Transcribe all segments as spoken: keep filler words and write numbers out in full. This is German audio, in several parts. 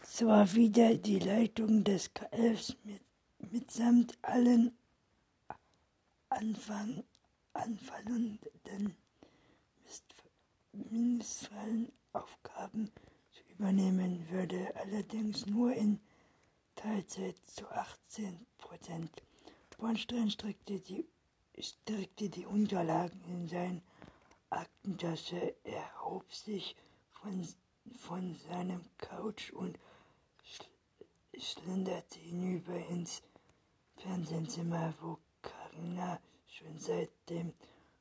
So war wieder die Leitung des K Fs mit, mitsamt allen Anfang, anfallenden ministeriellen Aufgaben zu übernehmen, würde allerdings nur in Teilzeit zu achtzehn Prozent. Bornstein streckte die, streckte die Unterlagen in seine Aktentasche, erhob sich von, von seinem Couch und schlenderte hinüber ins Fernsehzimmer, wo Carina schon seit dem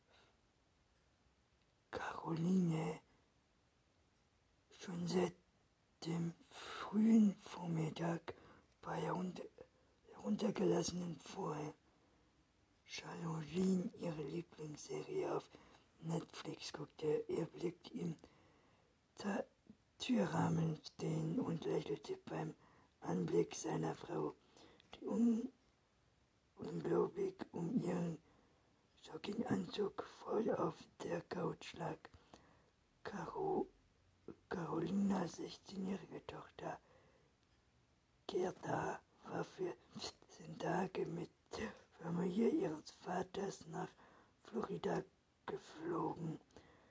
Caroline schon seit dem frühen Vormittag bei herunter, heruntergelassenen Vorhang Jalousien ihre Lieblingsserie auf Netflix guckte. Er blickte im Ta- Türrahmen stehen und lächelte beim Anblick seiner Frau, die un- ungläubig um ihren Jogginganzug voll auf der Couch lag. Caro, Carolinas sechzehnjährige Tochter Gerda war für zehn Tage mit der Familie ihres Vaters nach Florida geflogen.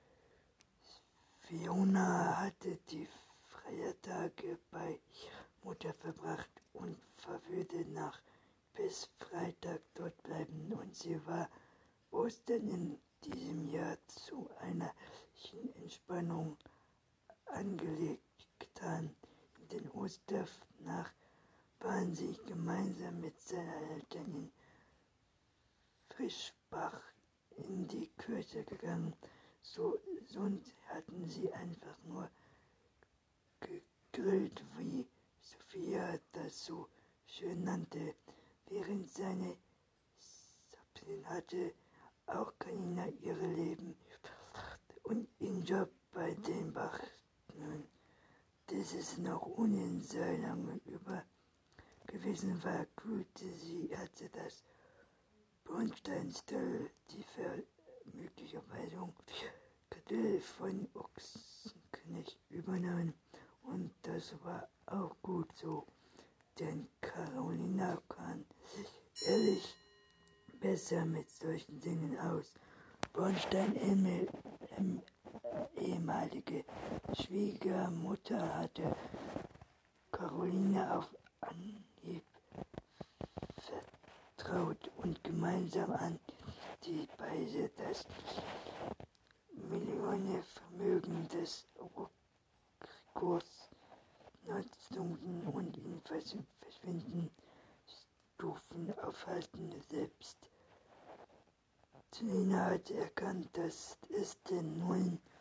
Fiona hatte die Feiertage bei ihrer Mutter verbracht und würde nach bis Freitag dort bleiben, und sie war Ostern in diesem Jahr zu einer Entspannung angelegt getan. In den Osternacht waren sie gemeinsam mit seinen Eltern in Frischbach in die Kirche gegangen. So, sonst hatten sie einfach nur gegrillt, wie Sophia das so schön nannte. Während seine Sapsin hatte auch Carina ihre Leben und ihren Job bei den Bach. Nun, dass es noch ohne sehr lange über gewesen war, kühlte sie, hatte das Bornsteinstelle, die Vermöglichung Kadell von Ochsenknecht übernahmen. Und das war auch gut so, denn Carolina kann sich ehrlich besser mit solchen Dingen aus. Bornstein, Emil, ähm, ehemalige Schwiegermutter, hatte Carolina auf Anhieb vertraut und gemeinsam an die beide das Millionenvermögen des Rekurs nutzten und ihn verschwinden Stufen aufhalten. Selbst Selina hatte erkannt, dass es den neuen